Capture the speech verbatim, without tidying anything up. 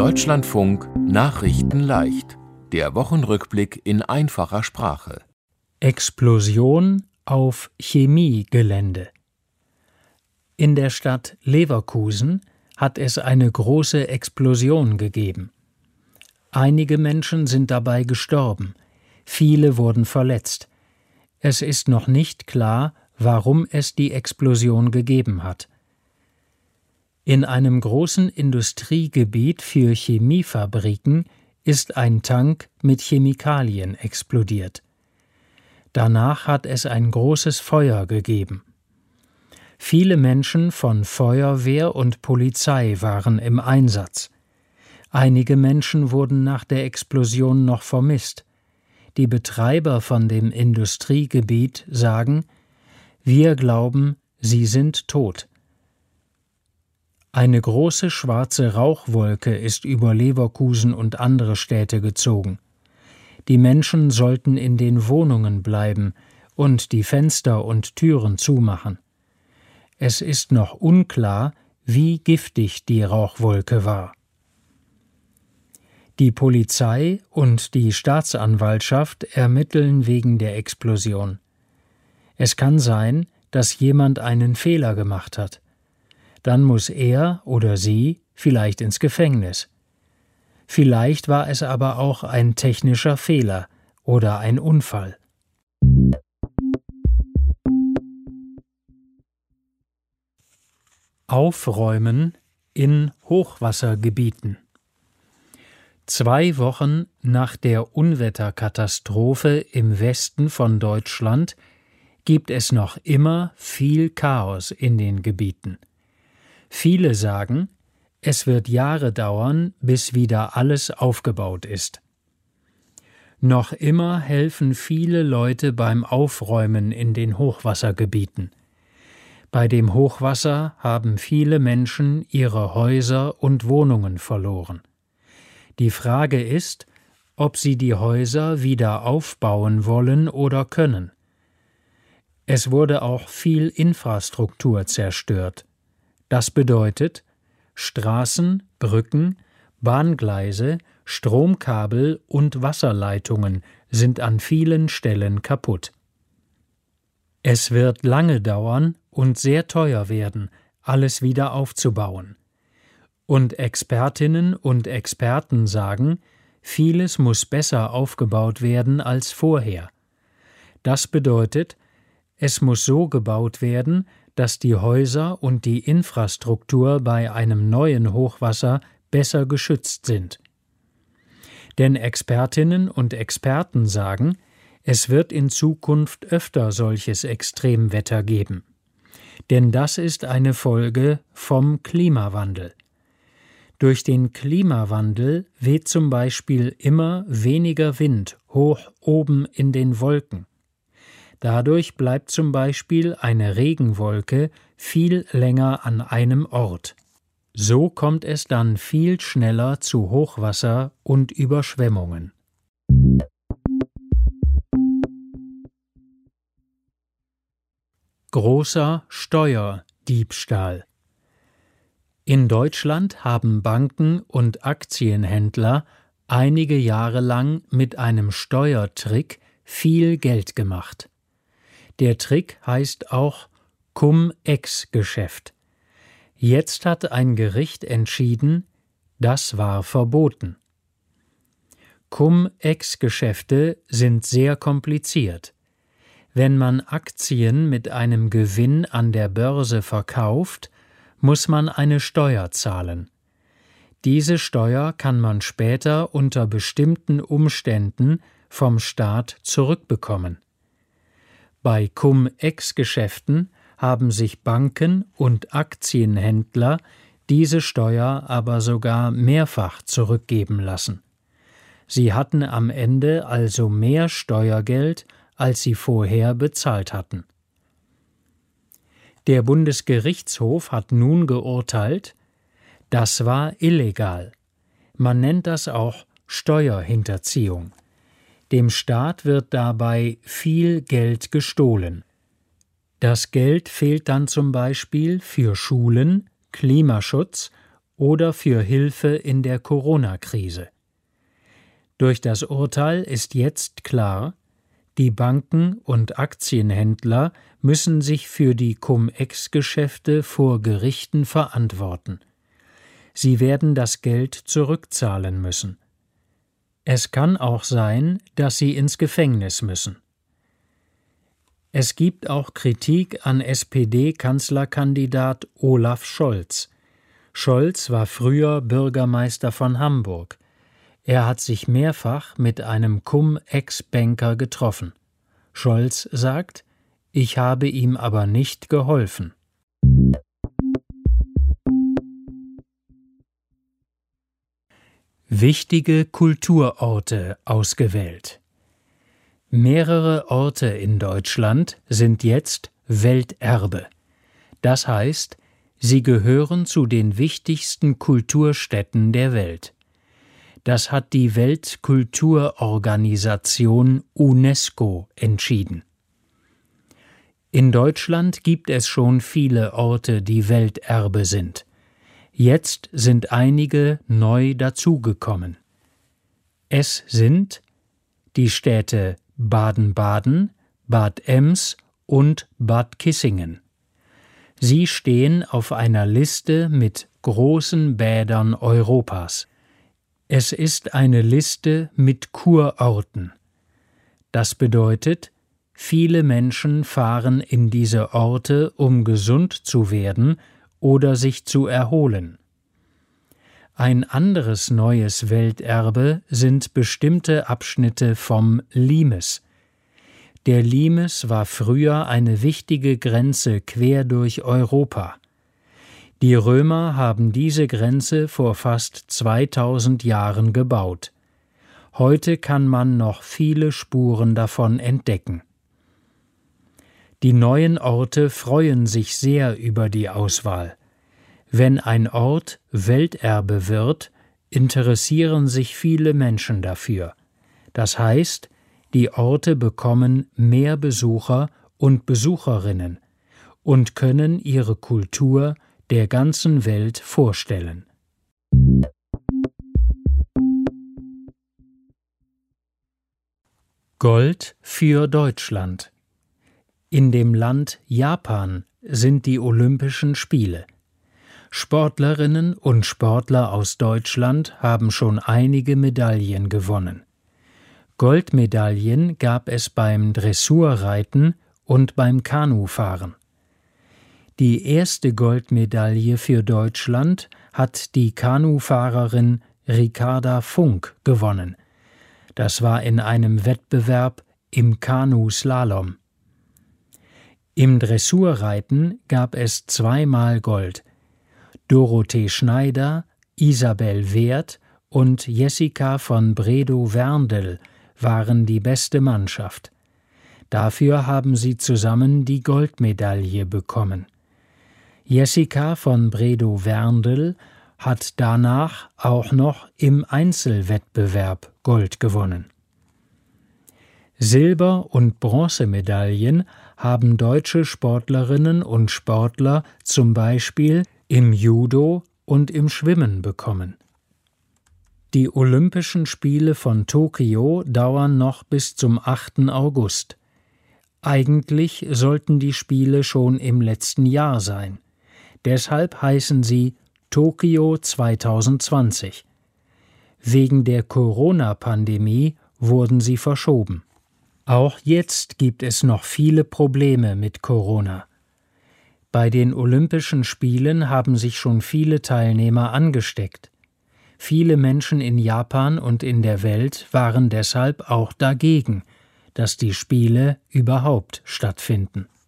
Deutschlandfunk Nachrichten leicht. Der Wochenrückblick in einfacher Sprache. Explosion auf Chemiegelände. In der Stadt Leverkusen hat es eine große Explosion gegeben. Einige Menschen sind dabei gestorben, viele wurden verletzt. Es ist noch nicht klar, warum es die Explosion gegeben hat. In einem großen Industriegebiet für Chemiefabriken ist ein Tank mit Chemikalien explodiert. Danach hat es ein großes Feuer gegeben. Viele Menschen von Feuerwehr und Polizei waren im Einsatz. Einige Menschen wurden nach der Explosion noch vermisst. Die Betreiber von dem Industriegebiet sagen: Wir glauben, sie sind tot. Eine große schwarze Rauchwolke ist über Leverkusen und andere Städte gezogen. Die Menschen sollten in den Wohnungen bleiben und die Fenster und Türen zumachen. Es ist noch unklar, wie giftig die Rauchwolke war. Die Polizei und die Staatsanwaltschaft ermitteln wegen der Explosion. Es kann sein, dass jemand einen Fehler gemacht hat. Dann muss er oder sie vielleicht ins Gefängnis. Vielleicht war es aber auch ein technischer Fehler oder ein Unfall. Aufräumen in Hochwassergebieten. Zwei Wochen nach der Unwetterkatastrophe im Westen von Deutschland gibt es noch immer viel Chaos in den Gebieten. Viele sagen, es wird Jahre dauern, bis wieder alles aufgebaut ist. Noch immer helfen viele Leute beim Aufräumen in den Hochwassergebieten. Bei dem Hochwasser haben viele Menschen ihre Häuser und Wohnungen verloren. Die Frage ist, ob sie die Häuser wieder aufbauen wollen oder können. Es wurde auch viel Infrastruktur zerstört. Das bedeutet, Straßen, Brücken, Bahngleise, Stromkabel und Wasserleitungen sind an vielen Stellen kaputt. Es wird lange dauern und sehr teuer werden, alles wieder aufzubauen. Und Expertinnen und Experten sagen, vieles muss besser aufgebaut werden als vorher. Das bedeutet, es muss so gebaut werden, dass die Häuser und die Infrastruktur bei einem neuen Hochwasser besser geschützt sind. Denn Expertinnen und Experten sagen, es wird in Zukunft öfter solches Extremwetter geben. Denn das ist eine Folge vom Klimawandel. Durch den Klimawandel weht zum Beispiel immer weniger Wind hoch oben in den Wolken. Dadurch bleibt zum Beispiel eine Regenwolke viel länger an einem Ort. So kommt es dann viel schneller zu Hochwasser und Überschwemmungen. Großer Steuerdiebstahl. In Deutschland haben Banken und Aktienhändler einige Jahre lang mit einem Steuertrick viel Geld gemacht. Der Trick heißt auch Cum-Ex-Geschäft. Jetzt hat ein Gericht entschieden, das war verboten. Cum-Ex-Geschäfte sind sehr kompliziert. Wenn man Aktien mit einem Gewinn an der Börse verkauft, muss man eine Steuer zahlen. Diese Steuer kann man später unter bestimmten Umständen vom Staat zurückbekommen. Bei Cum-Ex-Geschäften haben sich Banken und Aktienhändler diese Steuer aber sogar mehrfach zurückgeben lassen. Sie hatten am Ende also mehr Steuergeld, als sie vorher bezahlt hatten. Der Bundesgerichtshof hat nun geurteilt, das war illegal. Man nennt das auch Steuerhinterziehung. Dem Staat wird dabei viel Geld gestohlen. Das Geld fehlt dann zum Beispiel für Schulen, Klimaschutz oder für Hilfe in der Corona-Krise. Durch das Urteil ist jetzt klar, die Banken und Aktienhändler müssen sich für die Cum-Ex-Geschäfte vor Gerichten verantworten. Sie werden das Geld zurückzahlen müssen. Es kann auch sein, dass sie ins Gefängnis müssen. Es gibt auch Kritik an S P D-Kanzlerkandidat Olaf Scholz. Scholz war früher Bürgermeister von Hamburg. Er hat sich mehrfach mit einem Cum-Ex-Banker getroffen. Scholz sagt, ich habe ihm aber nicht geholfen. Wichtige Kulturorte ausgewählt. Mehrere Orte in Deutschland sind jetzt Welterbe. Das heißt, sie gehören zu den wichtigsten Kulturstätten der Welt. Das hat die Weltkulturorganisation UNESCO entschieden. In Deutschland gibt es schon viele Orte, die Welterbe sind. Jetzt sind einige neu dazugekommen. Es sind die Städte Baden-Baden, Bad Ems und Bad Kissingen. Sie stehen auf einer Liste mit großen Bädern Europas. Es ist eine Liste mit Kurorten. Das bedeutet, viele Menschen fahren in diese Orte, um gesund zu werden oder sich zu erholen. Ein anderes neues Welterbe sind bestimmte Abschnitte vom Limes. Der Limes war früher eine wichtige Grenze quer durch Europa. Die Römer haben diese Grenze vor fast zweitausend Jahren gebaut. Heute kann man noch viele Spuren davon entdecken. Die neuen Orte freuen sich sehr über die Auswahl. Wenn ein Ort Welterbe wird, interessieren sich viele Menschen dafür. Das heißt, die Orte bekommen mehr Besucher und Besucherinnen und können ihre Kultur der ganzen Welt vorstellen. Gold für Deutschland. In dem Land Japan sind die Olympischen Spiele. Sportlerinnen und Sportler aus Deutschland haben schon einige Medaillen gewonnen. Goldmedaillen gab es beim Dressurreiten und beim Kanufahren. Die erste Goldmedaille für Deutschland hat die Kanufahrerin Ricarda Funk gewonnen. Das war in einem Wettbewerb im Kanuslalom. Im Dressurreiten gab es zweimal Gold. Dorothee Schneider, Isabel Werth und Jessica von Bredow-Werndl waren die beste Mannschaft. Dafür haben sie zusammen die Goldmedaille bekommen. Jessica von Bredow-Werndl hat danach auch noch im Einzelwettbewerb Gold gewonnen. Silber- und Bronzemedaillen haben deutsche Sportlerinnen und Sportler zum Beispiel im Judo und im Schwimmen bekommen. Die Olympischen Spiele von Tokio dauern noch bis zum achten August. Eigentlich sollten die Spiele schon im letzten Jahr sein. Deshalb heißen sie Tokio zwanzig zwanzig. Wegen der Corona-Pandemie wurden sie verschoben. Auch jetzt gibt es noch viele Probleme mit Corona. Bei den Olympischen Spielen haben sich schon viele Teilnehmer angesteckt. Viele Menschen in Japan und in der Welt waren deshalb auch dagegen, dass die Spiele überhaupt stattfinden.